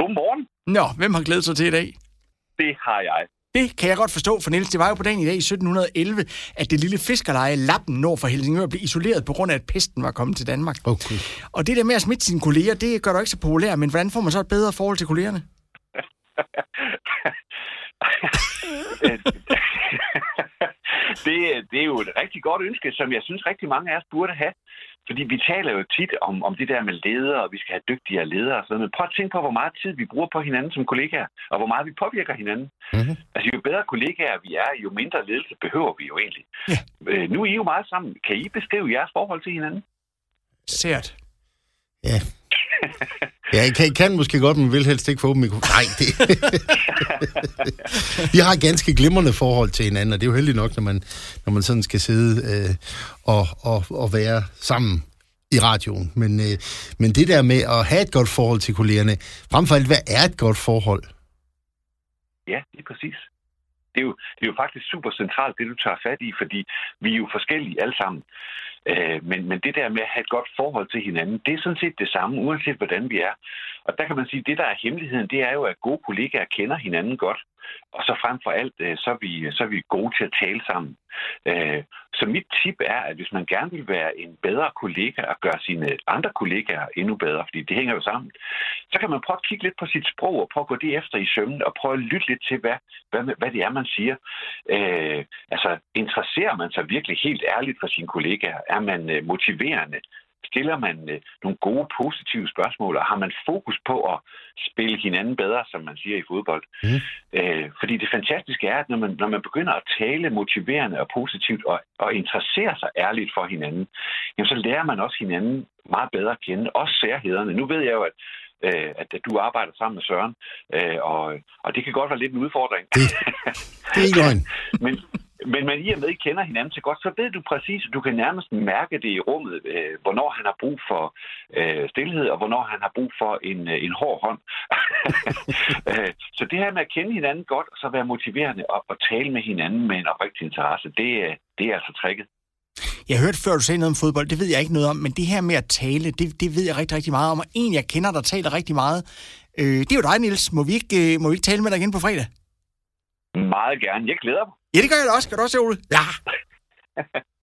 Godmorgen. Nå, hvem har glædet sig til i dag? Det har jeg. Det kan jeg godt forstå, for Niels, det var jo på dagen i dag i 1711, at det lille fiskerleje Lappen nord for Helsingør blev isoleret på grund af, at pesten var kommet til Danmark. Okay. Og det der med at smitte sine kolleger, det gør du ikke så populært, men hvordan får man så et bedre forhold til kollegerne? Det er jo et rigtig godt ønske, som jeg synes rigtig mange af os burde have. Fordi vi taler jo tit om det der med ledere, og vi skal have dygtigere ledere og sådan noget. Men prøv at tænke på, hvor meget tid vi bruger på hinanden som kollegaer, og hvor meget vi påvirker hinanden. Mm-hmm. Altså, jo bedre kollegaer vi er, jo mindre ledelse behøver vi jo egentlig. Ja. Nu er I jo meget sammen. Kan I beskrive jeres forhold til hinanden? Sært. Ja. Ja, I kan måske godt, men vil helst ikke få åben mikrofon. Nej, det... Vi har et ganske glimrende forhold til hinanden, og det er jo heldigt nok, når man sådan skal sidde og være sammen i radioen. Men det der med at have et godt forhold til kollegerne, frem for alt, hvad er et godt forhold? Ja, det er præcis. Det er jo faktisk super centralt, det du tager fat i, fordi vi er jo forskellige alle sammen. Men det der med at have et godt forhold til hinanden, det er sådan set det samme, uanset hvordan vi er. Og der kan man sige, at det der er hemmeligheden, det er jo, at gode kollegaer kender hinanden godt. Og så frem for alt, så er vi gode til at tale sammen. Så mit tip er, at hvis man gerne vil være en bedre kollega og gøre sine andre kollegaer endnu bedre, fordi det hænger jo sammen, så kan man prøve at kigge lidt på sit sprog og prøve at gå det efter i sømmen og prøve at lytte lidt til, hvad det er, man siger. Altså, interesserer man sig virkelig helt ærligt for sine kollegaer? Er man motiverende? Stiller man nogle gode, positive spørgsmål, og har man fokus på at spille hinanden bedre, som man siger i fodbold? Mm. Fordi det fantastiske er, at når man begynder at tale motiverende og positivt og interessere sig ærligt for hinanden, jamen, så lærer man også hinanden meget bedre at kende, også særhederne. Nu ved jeg jo, at du arbejder sammen med Søren, og det kan godt være lidt en udfordring. Det er ikke løgn. Men i og med, I kender hinanden så godt, så ved du præcis, at du kan nærmest mærke det i rummet, hvornår han har brug for stilhed, og hvornår han har brug for en hård hånd. Så det her med at kende hinanden godt, og så være motiverende og tale med hinanden med en oprigtig interesse, det er altså tricket. Jeg hørte før, du sagde noget om fodbold, det ved jeg ikke noget om, men det her med at tale, det ved jeg rigtig, rigtig meget om. Og en, jeg kender, der taler rigtig meget, det er jo dig, Niels. Må vi ikke tale med dig igen på fredag? Meget gerne. Jeg glæder mig. Ja, det gør jeg da også. Kan du også, Ole? Ja.